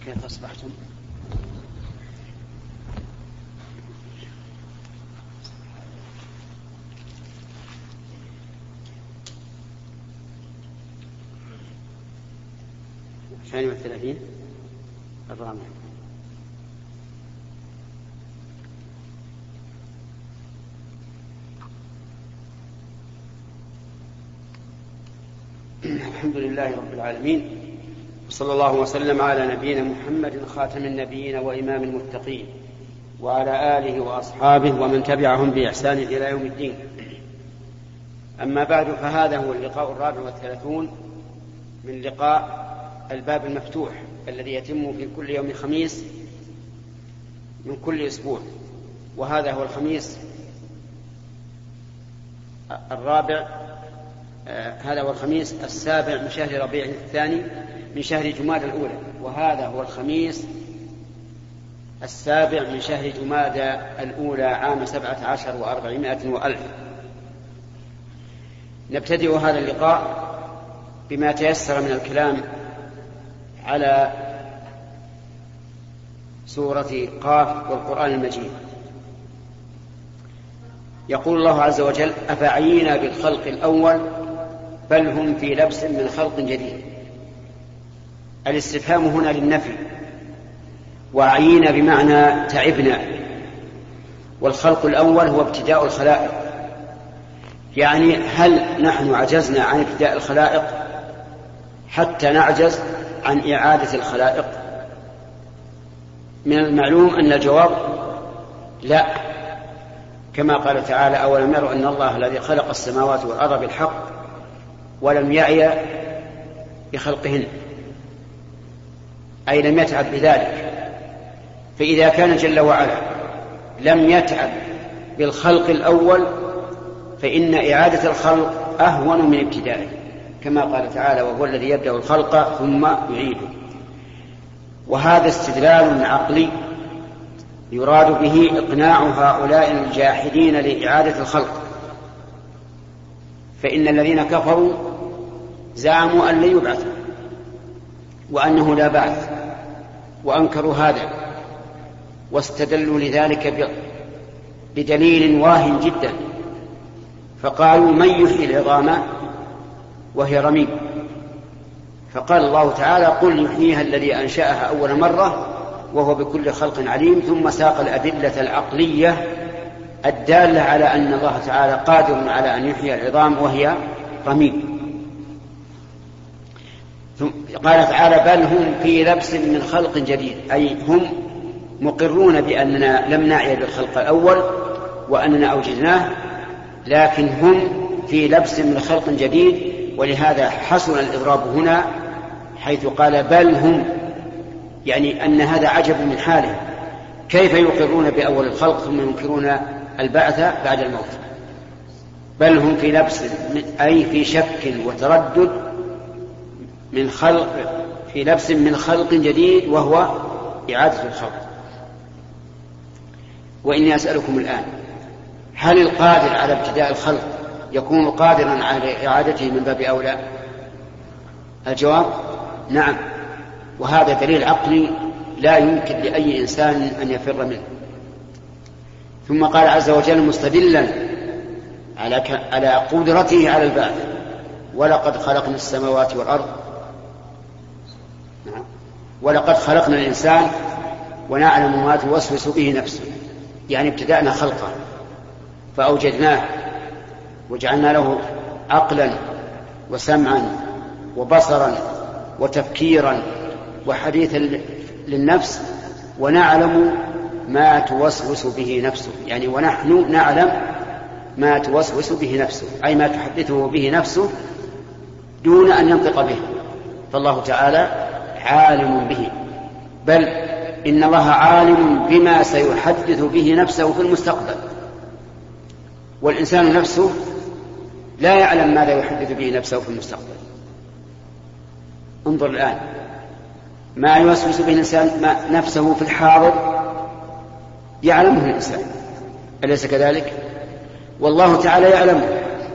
كيف أصبحتم؟ ثاني والثلاثين الرابع. الحمد لله رب العالمين، وصلى الله وسلم على نبينا محمد خاتم النبيين وإمام المتقين، وعلى آله وأصحابه ومن تبعهم بإحسان إلى يوم الدين. أما بعد، فهذا هو اللقاء 34 من لقاء الباب المفتوح الذي يتم في كل يوم خميس من كل أسبوع، وهذا هو الخميس الرابع، هذا هو الخميس السابع من شهر ربيع الثاني من شهر جمادى الأولى، وهذا هو الخميس السابع من شهر جمادى الأولى عام 17 و400 وألف. نبتدئ هذا اللقاء بما تيسر من الكلام على سورة قاف والقرآن المجيد. يقول الله عز وجل: أفعينا بالخلق الأول بل هم في لبس من خلق جديد. الاستفهام هنا للنفي، وعينا بمعنى تعبنا، والخلق الأول هو ابتداء الخلائق، يعني هل نحن عجزنا عن ابتداء الخلائق حتى نعجز عن إعادة الخلائق؟ من المعلوم أن الجواب لا، كما قال تعالى: أولم يروا أن الله الذي خلق السماوات والأرض بالحق ولم يعي بخلقهن، أي لم يتعب بذلك. فإذا كان جل وعلا لم يتعب بالخلق الأول فإن إعادة الخلق أهون من ابتدائه، كما قال تعالى: وهو الذي يبدأ الخلق ثم يعيده. وهذا استدلال عقلي يراد به إقناع هؤلاء الجاحدين لإعادة الخلق، فإن الذين كفروا زعموا أن لا يبعث وأنه لا بعث، وأنكروا هذا، واستدلوا لذلك بدليل واهٍ جدا، فقالوا: من يحيي العظام وهي رميم؟ فقال الله تعالى: قل يحييها الذي أنشأها أول مرة وهو بكل خلق عليم. ثم ساق الأدلة العقلية الدالة على أن الله تعالى قادر على أن يحيي العظام وهي رميم. قال تعالى: بل هم في لبس من خلق جديد، أي هم مقرون بأننا لم نعي بالخلق الأول وأننا أوجدناه، لكن هم في لبس من خلق جديد. ولهذا حسن الإضراب هنا حيث قال بل هم، يعني أن هذا عجب من حاله، كيف يقرون بأول الخلق ثم ينكرون البعث بعد الموت؟ بل هم في لبس، أي في شك وتردد من خلق، في لبس من خلق جديد وهو إعادة الخلق. وإني أسألكم الآن: هل القادر على ابتداء الخلق يكون قادرا على إعادته من باب أولى؟ الجواب نعم، وهذا دليل عقلي لا يمكن لأي إنسان أن يفر منه. ثم قال عز وجل مستدلا على قدرته على البعث: ولقد خلقنا السماوات والأرض، ولقد خلقنا الإنسان ونعلم ما توسوس به نفسه، يعني ابتدأنا خلقه فأوجدناه وجعلنا له عقلا وسمعا وبصرا وتفكيرا وحديثا للنفس، ونعلم ما توسوس به نفسه، يعني ونحن نعلم ما توسوس به نفسه، أي ما تحدثه به نفسه دون أن ينطق به، فالله تعالى عالم به، بل إن الله عالم بما سيحدث به نفسه في المستقبل، والإنسان نفسه لا يعلم ماذا يحدث به نفسه في المستقبل. انظر الآن ما يوسوس به الإنسان نفسه في الحاضر يعلمه الإنسان، أليس كذلك؟ والله تعالى يعلمه،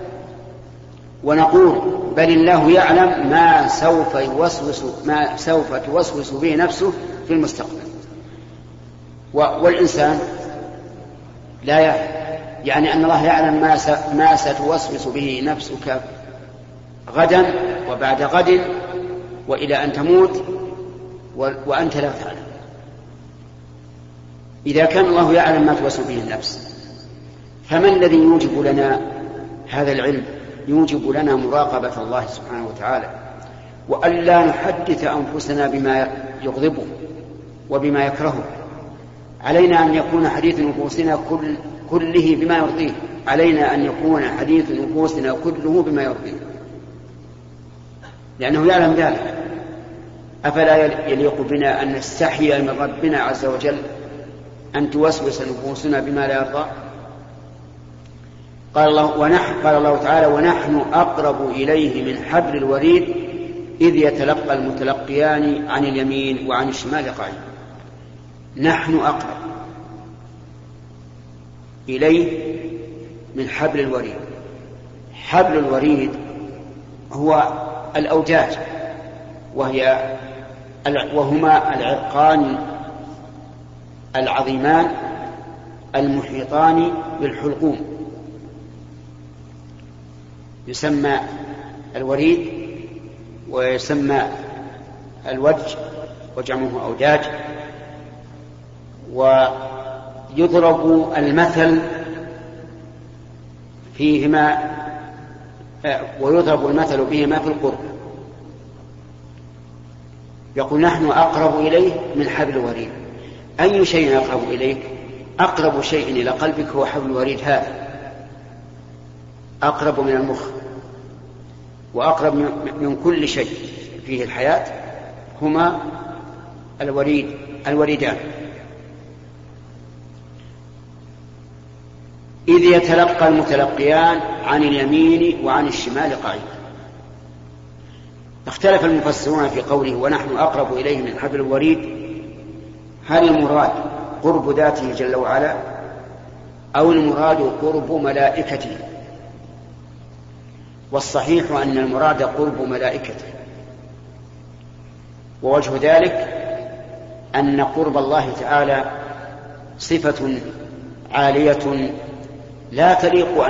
ونقول بل الله يعلم ما سوف توسوس به نفسه في المستقبل. والإنسان لا يعني أن الله يعلم ما ستوسوس به نفسك غدا وبعد غد وإلى أن تموت وأنت لا تعلم. إذا كان الله يعلم ما توسوس به النفس، فما الذي يوجب لنا هذا العلم؟ يوجب لنا مراقبة الله سبحانه وتعالى، وألا نحدث أنفسنا بما يغضبه وبما يكرهه. علينا أن يكون حديث نفوسنا كله بما يرضيه، علينا أن يكون حديث نفوسنا كله بما يرضيه، لأنه يعلم ذلك. أفلا يليق بنا أن نستحي من ربنا عز وجل أن توسوس نفوسنا بما لا يرضى؟ قال الله تعالى: ونحن أقرب إليه من حبل الوريد إذ يتلقى المتلقيان عن اليمين وعن الشمال قعيد. نحن أقرب إليه من حبل الوريد. حبل الوريد هو الأوجاج، وهما العرقان العظيمان المحيطان بالحلقوم، يسمى الوريد ويسمى الوجه وجمعه أوجاج. ويضرب المثل فيهما في القرب. يقول: نحن أقرب إليه من حبل الوريد. أي شيء أقرب إليك؟ أقرب شيء إلى قلبك هو حبل الوريد هذا، أقرب من المخ وأقرب من كل شيء فيه الحياة، هما الوريدان. إذ يتلقى المتلقيان عن اليمين وعن الشمال قعيد. اختلف المفسرون في قوله ونحن أقرب إليه من حبل الوريد، هل المراد قرب ذاته جل وعلا أو المراد قرب ملائكته؟ والصحيح أن المراد قرب ملائكته، ووجه ذلك أن قرب الله تعالى صفة عالية لا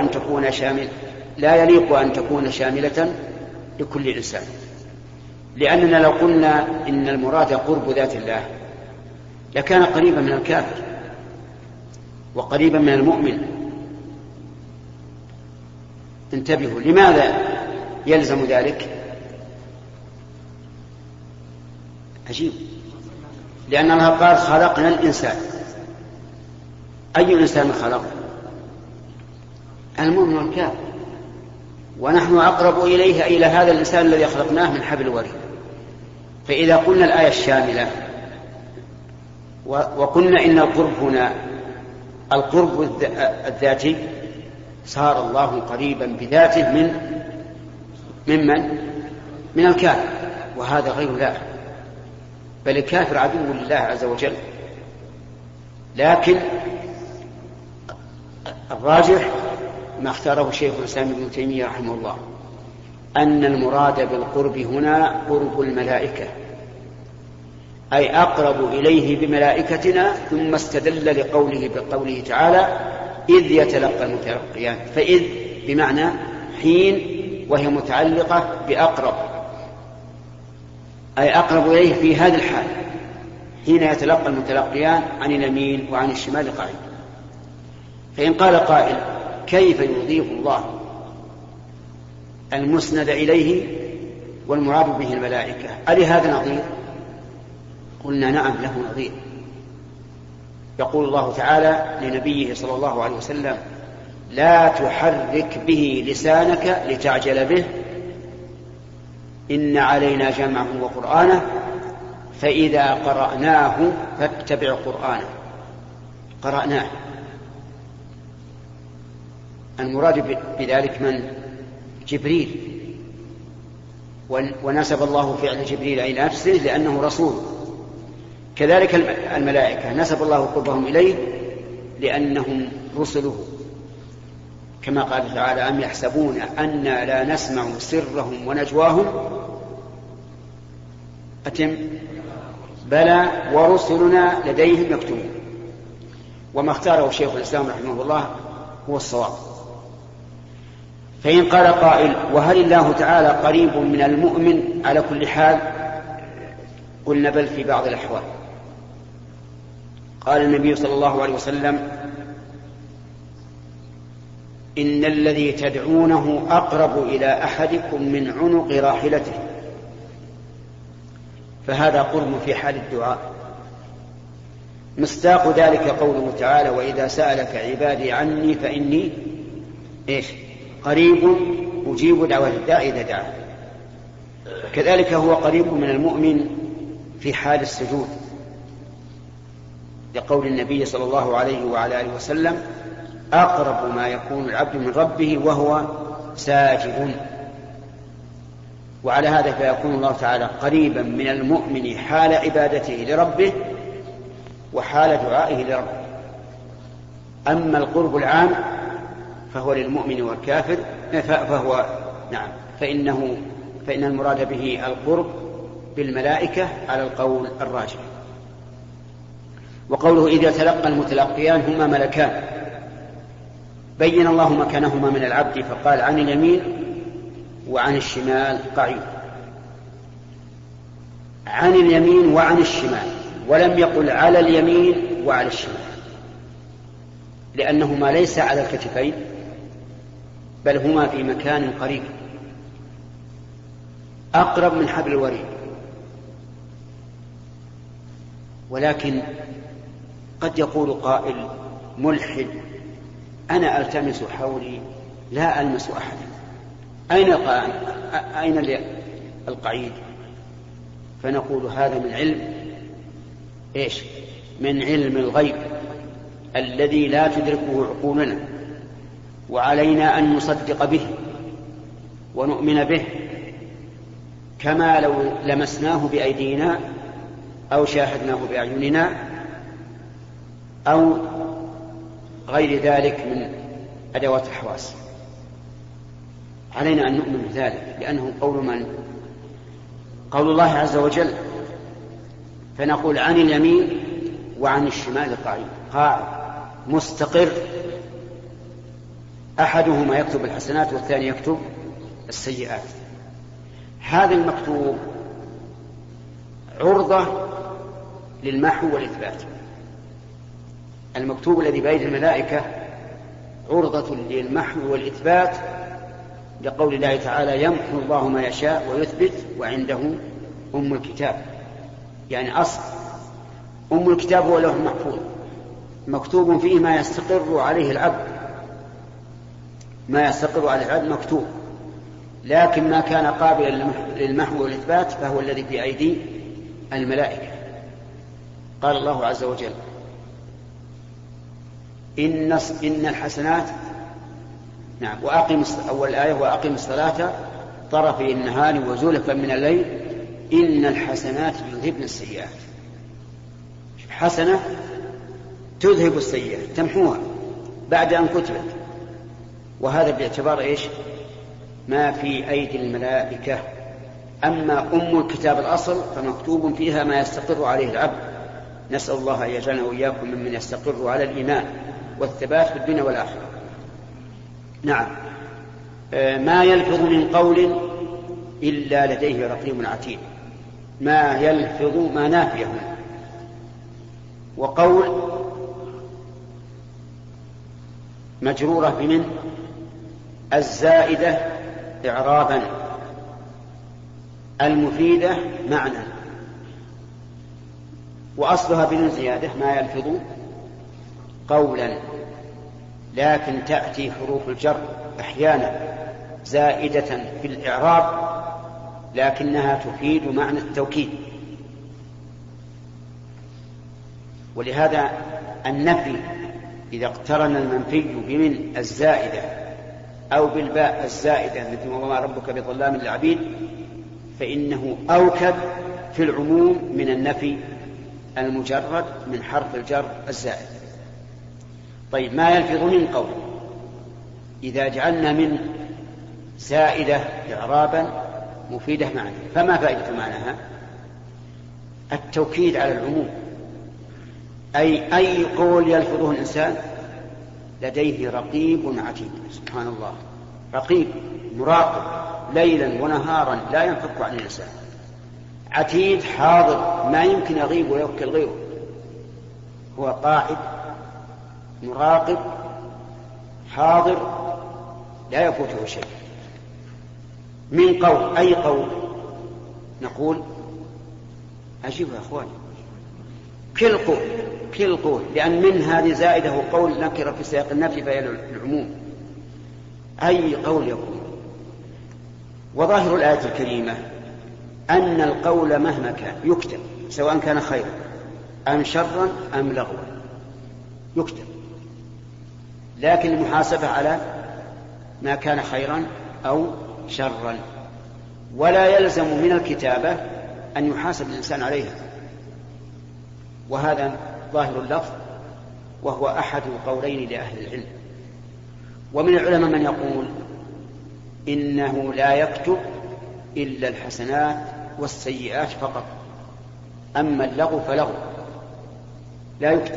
يليق أن تكون شاملة لكل إنسان. لأننا لو قلنا إن المراد قرب ذات الله لكان قريبا من الكافر وقريبا من المؤمن. انتبهوا، لماذا يلزم ذلك؟ عجيب، لأن الله قال خلقنا الإنسان. أي إنسان خلق؟ المؤمن والكافر. ونحن أقرب إلى هذا الإنسان الذي خلقناه من حبل الوريد. فإذا قلنا الآية الشاملة وقلنا إن القرب هنا القرب الذاتي، صار الله قريبا بذاته من الكافر، وهذا غير الله، بل الكافر عدو لله عز وجل. لكن الراجح ما اختاره شيخ الإسلام ابن تيمية رحمه الله أن المراد بالقرب هنا قرب الملائكة، أي أقرب إليه بملائكتنا. ثم استدل بقوله تعالى إذ يتلقى المتلقيان، فإذ بمعنى حين، وهي متعلقة بأقرب، أي أقرب إليه في هذه الحال حين يتلقى المتلقيان عن اليمين وعن الشمال قعيد. فإن قال قائل كيف يضيف الله المسند إليه والمراد به الملائكة، ألهذا نظير؟ قلنا نعم، له نظير. يقول الله تعالى لنبيه صلى الله عليه وسلم لا تحرك به لسانك لتعجل به إن علينا جمعه وقرآنه فإذا قرأناه فاتبع قرآنه. قرأناه، المراد بذلك من؟ جبريل، ونسب الله فعل جبريل إلى نفسه لأنه رسول. كذلك الملائكة نسب الله قربهم إليه لأنهم رسله، كما قال تعالى أم يحسبون أنا لا نسمع سرهم ونجواهم. أتم بلى ورسلنا لديهم يكتبون. وما اختاره شيخ الإسلام رحمه الله هو الصواب. فإن قال قائل وهل الله تعالى قريب من المؤمن على كل حال؟ قلنا بل في بعض الأحوال. قال النبي صلى الله عليه وسلم إن الذي تدعونه أقرب إلى أحدكم من عنق راحلته، فهذا قرب في حال الدعاء. مصداق ذلك قوله تعالى وإذا سألك عبادي عني فإني قريب أجيب دعوة الداعي إذا دعا. كذلك هو قريب من المؤمن في حال السجود، لقول النبي صلى الله عليه وعلى آله وسلم أقرب ما يكون العبد من ربه وهو ساجد. وعلى هذا فيكون الله تعالى قريبا من المؤمن حال عبادته لربه وحال دعائه لربه. أما القرب العام فهو للمؤمن والكافر فإن المراد به القرب بالملائكة على القول الراجح. وقوله إذا تلقى المتلقيان هما ملكان، بين الله مكانهما من العبد فقال عن اليمين وعن الشمال قعيد. عن اليمين وعن الشمال، ولم يقل على اليمين وعلى الشمال، لأنهما ليس على الكتفين بل هما في مكان قريب أقرب من حبل الوريد. ولكن قد يقول قائل ملحد أنا ألتمس حولي لا ألمس أحدا، أين القعيد؟ فنقول هذا من علم من علم الغيب الذي لا تدركه عقولنا، وعلينا أن نصدق به ونؤمن به كما لو لمسناه بأيدينا أو شاهدناه بأعيننا أو غير ذلك من أدوات الحواس. علينا أن نؤمن بذلك لأنه قول من؟ قول الله عز وجل. فنقول عن اليمين وعن الشمال قاعد مستقر، أحدهما يكتب الحسنات والثاني يكتب السيئات. هذا المكتوب عرضة للمحو والإثبات. المكتوب الذي بأيدي الملائكة عرضة للمحو والإثبات، لقول الله تعالى يمحو الله ما يشاء ويثبت وعنده أم الكتاب. يعني أصل أم الكتاب هو له محفوظ مكتوب فيه ما يستقر عليه العبد، مكتوب، لكن ما كان قابلا للمحو والإثبات فهو الذي في أيدي الملائكة. قال الله عز وجل إن الحسنات أول الآية وأقم الصلاة طرفي النهار وزلفا من الليل إن الحسنات يذهبن السيئات. حسنة تذهب السيئات، تمحوها بعد أن كتبت. وهذا باعتبار ما في أيدي الملائكة. أما أم الكتاب الأصل فمكتوب فيها ما يستقر عليه العبد. نسأل الله أن يجعلنا وإياكم ممن يستقر على الإيمان والثبات في الدنيا والآخرة. نعم. ما يلفظ من قول إلا لديه رقيب عتيد. ما يلفظ ما نافيه. وقول مجرورة بمن الزائدة إعرابا المفيدة معنى، وأصلها بدون زيادة ما يلفظ قولا، لكن تأتي حروف الجر أحيانا زائدة في الإعراب لكنها تفيد معنى التوكيد. ولهذا النفي إذا اقترن المنفي بمن الزائدة أو بالباء الزائدة مثل وما ربك بظلام للعبيد فإنه أوكد في العموم من النفي المجرد من حرف الجر الزائد. طيب ما يلفظ من قول إذا جعلنا من زائدة إعرابا مفيدة معنى، فما فائدة معناها؟ التوكيد على العموم، أي قول يلفظه الإنسان لديه رقيب عتيد. سبحان الله، رقيب مراقب ليلا ونهارا لا ينفك عن الإنسان، عتيد حاضر ما يمكن يغيب ويوكل غيره، هو قاعد مراقب حاضر لا يفوته شيء من قول. أي قول نقول أجيبها يا أخواني، كل قول، لأن من هذه زائدة قول نكر في سياق النفي فهي العموم. أي قول يكون. وظاهر الآية الكريمة أن القول مهما كان يكتب، سواء كان خيرا أم شرا أم لغوا يكتب، لكن المحاسبة على ما كان خيرا أو شرا، ولا يلزم من الكتابة أن يحاسب الإنسان عليها. وهذا ظاهر اللفظ، وهو أحد القولين لأهل العلم. ومن العلماء من يقول إنه لا يكتب إلا الحسنات والسيئات فقط، أما اللغو فلغو لا يكتب.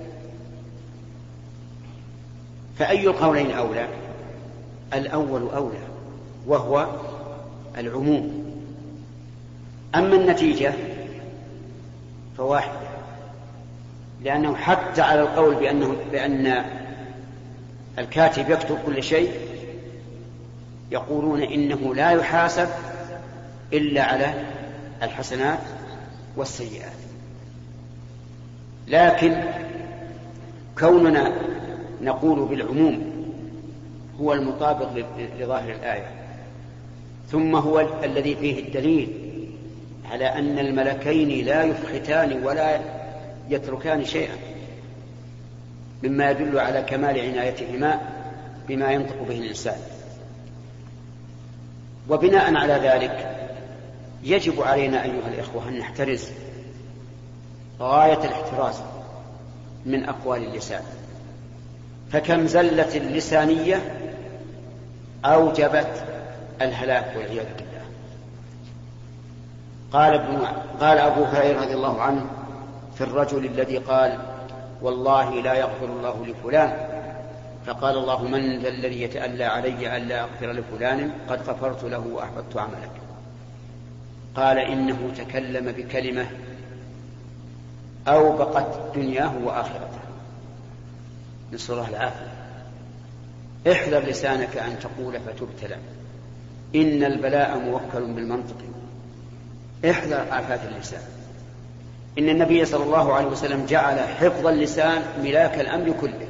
فأي القولين أولى؟ الأول أولى، وهو العموم. أما النتيجة فواحدة، لأنه حتى على القول بأن الكاتب يكتب كل شيء يقولون إنه لا يحاسب إلا على الحسنات والسيئات. لكن كوننا نقول بالعموم هو المطابق لظاهر الآية، ثم هو الذي فيه الدليل على أن الملكين لا يفختان ولا يتركان شيئا، مما يدل على كمال عنايتهما بما ينطق به الإنسان. وبناء على ذلك يجب علينا أيها الإخوة أن نحترز غاية الاحتراز من أقوال اللسان، فكم زلة اللسانية أوجبت الهلاك والعياذ بالله. قال أبو هريرة رضي الله عنه في الرجل الذي قال والله لا يغفر الله لفلان، فقال الله من ذا الذي يتألى علي ألا أغفر لفلان قد غفرت له وأحبطت عملك. قال إنه تكلم بكلمة أوبقت دنياه وآخرته، نسأل الله العافية. احذر لسانك أن تقول فتبتلى، إن البلاء موكل بالمنطق. احذر آفات اللسان. إن النبي صلى الله عليه وسلم جعل حفظ اللسان ملاك الأمر كله،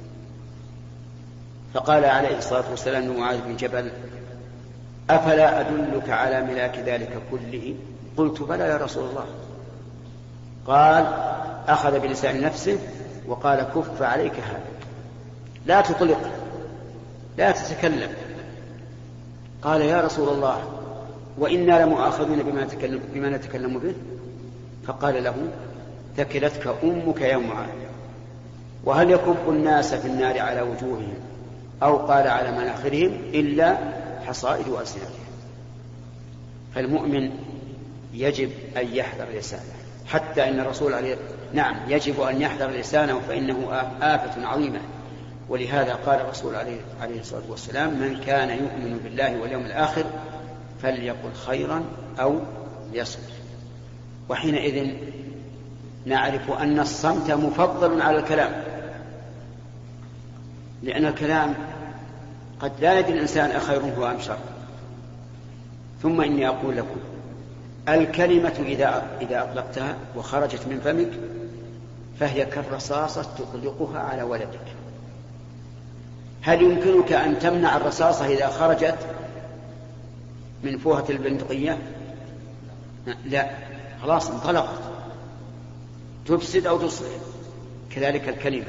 فقال عليه الصلاة والسلام لمعاذ بن جبل أفلا أدلك على ملاك ذلك كله؟ قلت بلى يا رسول الله. قال أخذ بلسان نفسه وقال كف عليك هذا، لا تطلق لا تتكلم. قال يا رسول الله وإنا لمؤاخذون بما نتكلم به؟ فقال له ثكلتك أمك يا معاذ. وهل يكب الناس في النار على وجوههم أو قال على مناخرهم إلا حصائد ألسنتهم؟ فالمؤمن يجب أن يحذر لسانه، حتى إن الرسول يجب أن يحذر لسانه فإنه آفة عظيمة. ولهذا قال الرسول عليه الصلاة والسلام من كان يؤمن بالله واليوم الآخر فليقل خيرا أو ليصمت. وحينئذ نعرف أن الصمت مفضل على الكلام، لأن الكلام قد لا يدري الإنسان أخير هو أم شر. ثم إني أقول لكم الكلمة إذا أطلقتها وخرجت من فمك فهي كالرصاصة تطلقها على ولدك. هل يمكنك أن تمنع الرصاصة إذا خرجت من فوهة البندقية؟ لا، خلاص انطلقت، تفسد أو تصلح. كذلك الكلمة.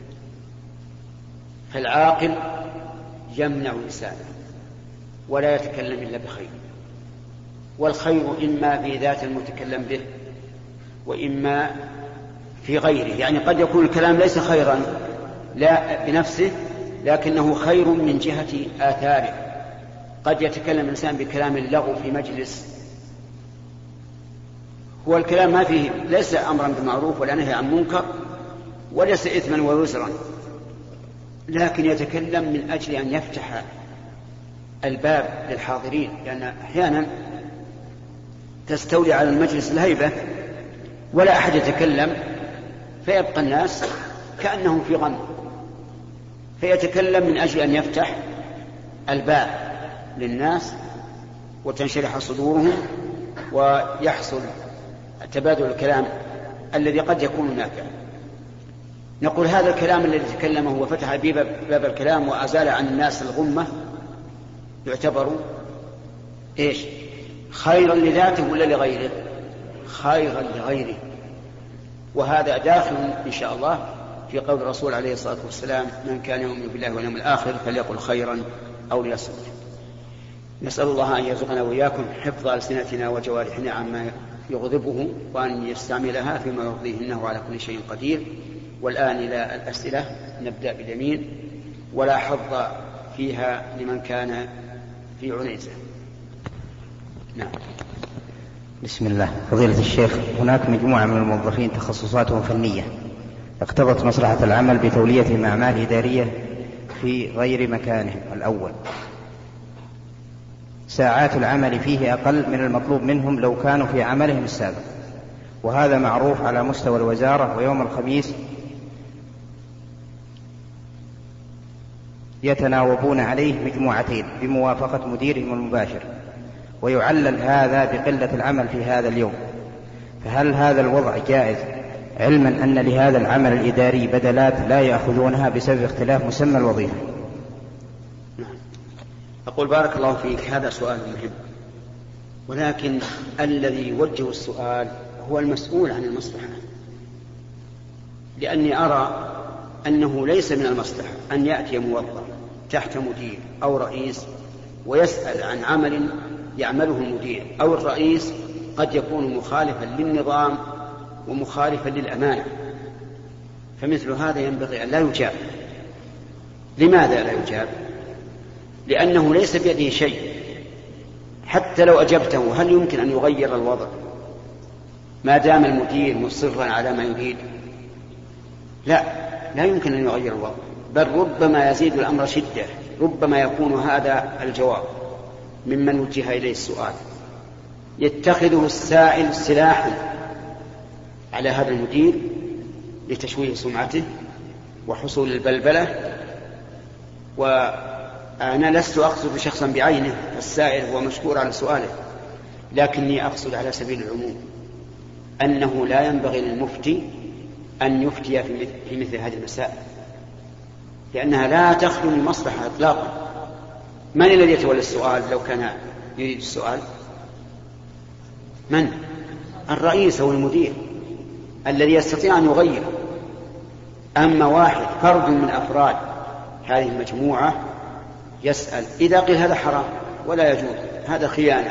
فالعاقل يمنع لسانه ولا يتكلم إلا بخير، والخير إما في ذات المتكلم به وإما في غيره. يعني قد يكون الكلام ليس خيرا لا بنفسه لكنه خير من جهة آثاره. قد يتكلم الإنسان بكلام اللغو في مجلس هو الكلام ما فيه ليس أمرا بالمعروف ولا نهي عن منكر وليس إثما ووزرا، لكن يتكلم من أجل أن يفتح الباب للحاضرين، لأن أحيانا تستولي على المجلس الهيبة ولا أحد يتكلم، فيبقى الناس كأنهم في غم، فيتكلم من أجل أن يفتح الباب للناس وتنشرح صدورهم ويحصل تبادل الكلام الذي قد يكون نافعا. نقول هذا الكلام الذي تكلمه وفتح باب الكلام وأزال عن الناس الغمة يعتبر إيش؟ خيرا لذاته ولا لغيره؟ خيرا لغيره. وهذا داخل إن شاء الله في قول الرسول عليه الصلاة والسلام: من كان يؤمن بالله واليوم الآخر فليقل خيرا أو ليصمت. نسأل الله أن يرزقنا وإياكم حفظ ألسنتنا وجوارحنا عما يغضبه، وأن يستعملها فيما يرضيه، إنه على كل شيء قدير. والآن إلى الأسئلة، نبدأ باليمين، ولا حظ فيها لمن كان في عنيزة. نعم. بسم الله. فضيلة الشيخ، هناك مجموعة من الموظفين تخصصاتهم فنية اقتضت مصلحة العمل بتوليتهم أعمال إدارية في غير مكانهم الأول، ساعات العمل فيه أقل من المطلوب منهم لو كانوا في عملهم السابق، وهذا معروف على مستوى الوزارة. ويوم الخميس يتناوبون عليه مجموعتين بموافقة مديرهم المباشر، ويعلل هذا بقلة العمل في هذا اليوم، فهل هذا الوضع جائز علما أن لهذا العمل الإداري بدلات لا يأخذونها بسبب اختلاف مسمى الوظيفة؟ أقول بارك الله فيك، هذا سؤال مهم، ولكن الذي يوجه السؤال هو المسؤول عن المصلحة، لأني أرى أنه ليس من المصلحة أن يأتي موظف تحت مدير أو رئيس ويسأل عن عمل يعمله المدير أو الرئيس قد يكون مخالفا للنظام ومخالفا للأمانة، فمثل هذا ينبغي أن لا يجاب. لماذا لا يجاب؟ لأنه ليس بيده شيء، حتى لو أجبته هل يمكن أن يغير الوضع ما دام المدير مصرا على ما يريد؟ لا يمكن أن يغير الوضع، بل ربما يزيد الأمر شدة، ربما يكون هذا الجواب ممن وجه إليه السؤال يتخذه السائل سلاحا على هذا المدير لتشويه سمعته وحصول البلبلة. وأنا لست أقصد شخصا بعينه، السائل هو مشكور على سؤاله، لكني أقصد على سبيل العموم أنه لا ينبغي للمفتي أن يفتي في مثل هذه المسائل، لأنها لا تخلو من مصلحة إطلاقا. من الذي يتولى السؤال لو كان يريد السؤال؟ من؟ الرئيس أو المدير الذي يستطيع أن يغير. أما واحد فرد من أفراد هذه المجموعة يسأل، إذا قيل هذا حرام ولا يجوز، هذا خيانة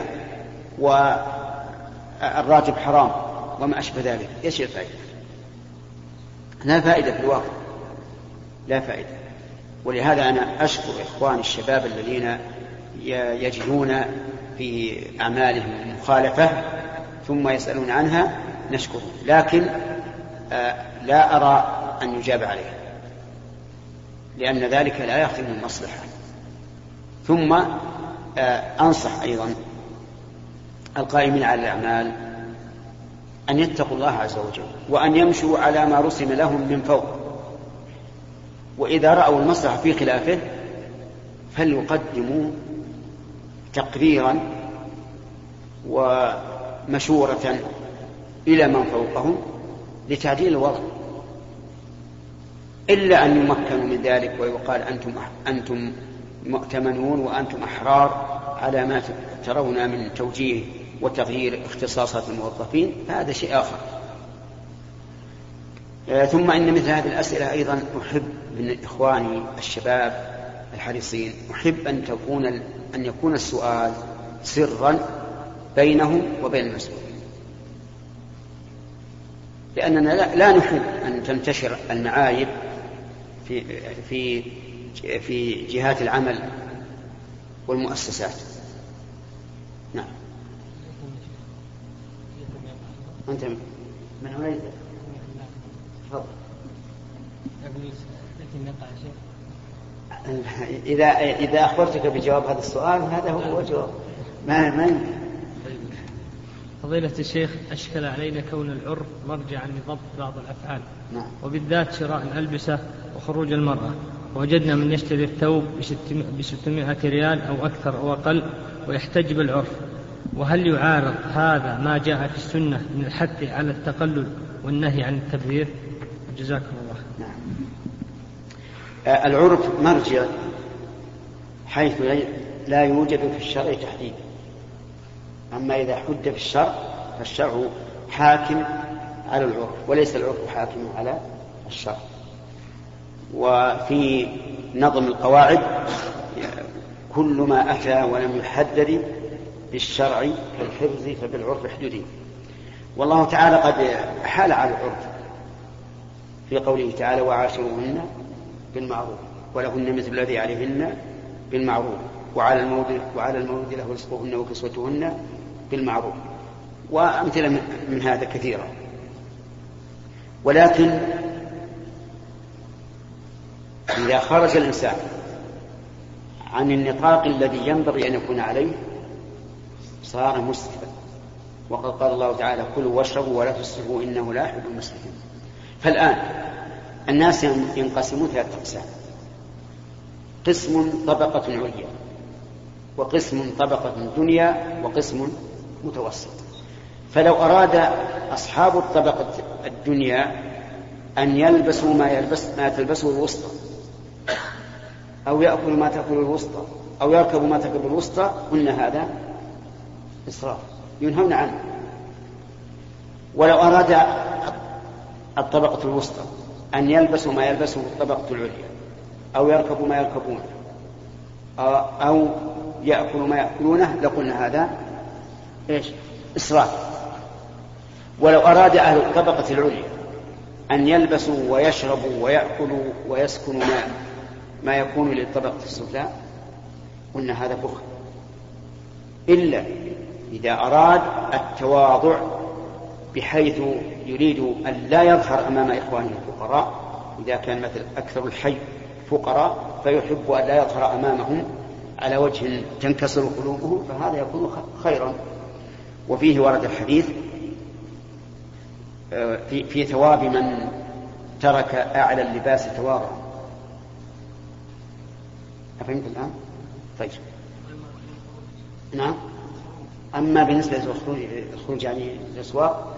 والراتب حرام وما أشبه ذلك، إيش الفائدة؟ لا فائدة في الواقع، لا فائدة. ولهذا أنا أشكر إخواني الشباب الذين يجدون في أعمالهم المخالفة ثم يسألون عنها، نشكر، لكن لا أرى أن يجاب عليها، لأن ذلك لا يخدم المصلحة. ثم أنصح أيضا القائمين على الأعمال أن يتقوا الله عز وجل وأن يمشوا على ما رسم لهم من فوق، وإذا رأوا المصلحة في خلافه فليقدموا تقريرا ومشورة إلى من فوقهم لتعديل الوضع، إلا أن يمكنوا من ذلك ويقال أنتم مؤتمنون وأنتم أحرار على ما ترون من توجيه وتغيير اختصاصات الموظفين، فهذا شيء آخر. ثم إن مثل هذه الأسئلة أيضا أحب من إخواني الشباب الحريصين، أحب أن يكون السؤال سرا بينهم وبين المسؤولين، لأننا لا نحب أن تنتشر المعايب في جهات العمل والمؤسسات. نعم. أنت من هنا تفضل. إذا أخبرتك بجواب هذا السؤال هذا هو جواب ما فضيلة الشيخ، أشكل علينا كون العرف مرجعا لضبط بعض الأفعال. نعم. وبالذات شراء الألبسة وخروج المرأة، وجدنا من يشتري الثوب ب600 ريال أو أكثر أو أقل ويحتج بالعرف، وهل يعارض هذا ما جاء في السنة من الحث على التقلل والنهي عن التبذير؟ جزاكم الله. نعم. العرف مرجع حيث لا يوجد في الشرع تحديد، أما إذا حد في الشرع فالشرع حاكم على العرف وليس العرف حاكم على الشرع. وفي نظم القواعد كل ما أتى ولم يحدد بالشرع كالحفظ فبالعرف حدوده. والله تعالى قد حال على العرف في قوله تعالى وعاشروهن بالمعروف ولهن مثل الذي عليهن بالمعروف وعلى المولود له رزقهن وكسوتهن بالمعروف، وأمثلة من هذا كثيرة. ولكن إذا خرج الإنسان عن النطاق الذي ينبغي أن يكون عليه صار مسرفا، وقد قال الله تعالى كلوا واشربوا ولا تسرفوا إنه لا يحب المسرفين. فالآن الناس ينقسمون 3 أقسام: قسم طبقة عليا، وقسم طبقة دنيا، وقسم متوسط. فلو أراد أصحاب الطبقة الدنيا أن يلبسوا ما تلبسه الوسطى، أو يأكلوا ما تأكل الوسطى، أو يركبوا ما تركب الوسطى، قلنا هذا إسراف ينهون عنه. ولو أراد الطبقة الوسطى أن يلبسوا ما يلبسه الطبقة العليا، أو يركبوا ما يركبونه، أو يأكلوا ما يأكلونه، لقلنا هذا إسراف. ولو أراد أهل الطبقة العليا أن يلبسوا ويشربوا ويأكلوا ويسكنوا ما يكون للطبقة السفلى، قلنا هذا بخل، إلا إذا أراد التواضع بحيث يريد أن لا يظهر أمام إخوانه الفقراء. إذا كان مثل أكثر الحي فقراء فيحب أن لا يظهر أمامهم على وجه تنكسر قلوبهم، فهذا يكون خيرا. وفيه ورد الحديث في ثواب من ترك أعلى اللباس تواضعا. أفهمت الآن؟ طيب. نعم. أما بالنسبة للخروج يعني الأسواق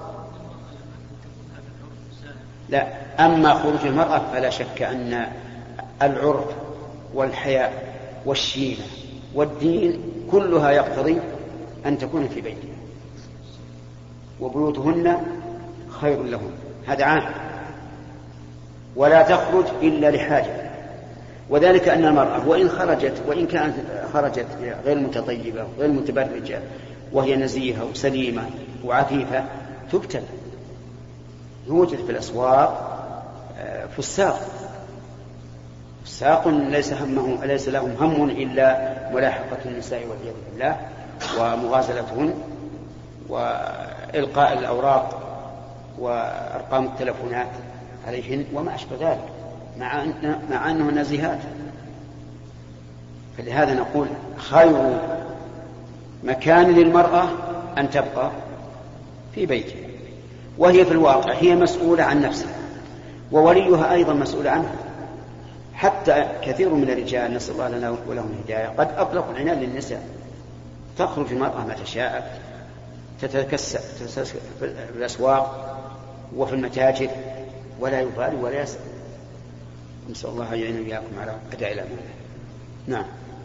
لا. أما خروج المرأة فلا شك أن العرف والحياء والشيمة والدين كلها يقتضي أن تكون في بيتها، وبيوتهن خير لهم، هذا عام. ولا تخرج إلا لحاجة، وذلك أن المرأة وإن كانت خرجت غير متطيبة غير متبرجة وهي نزيهة وسليمة وعفيفة تبتلى. يوجد في الأسواق فساق ليس لهم هم إلا ملاحقة النساء والعياذ بالله ومغازلتهن وإلقاء الأوراق وأرقام التلفونات عليهن وما أشبه ذلك، مع أنه نزيهات. فلهذا نقول خير مكان للمرأة أن تبقى في بيتها، وهي في الواقع هي مسؤولة عن نفسها، ووليها أيضا مسؤول عنها. حتى كثير من الرجال نسأل الله لنا ولهم الهداية قد أطلقوا العنان للنساء، تخرج المرأة ما تشاء، تتكسر في الأسواق وفي المتاجر ولا يبالي ولا يسأل. نسأل الله أن يعين إياكم على أداء الأمانة. نعم.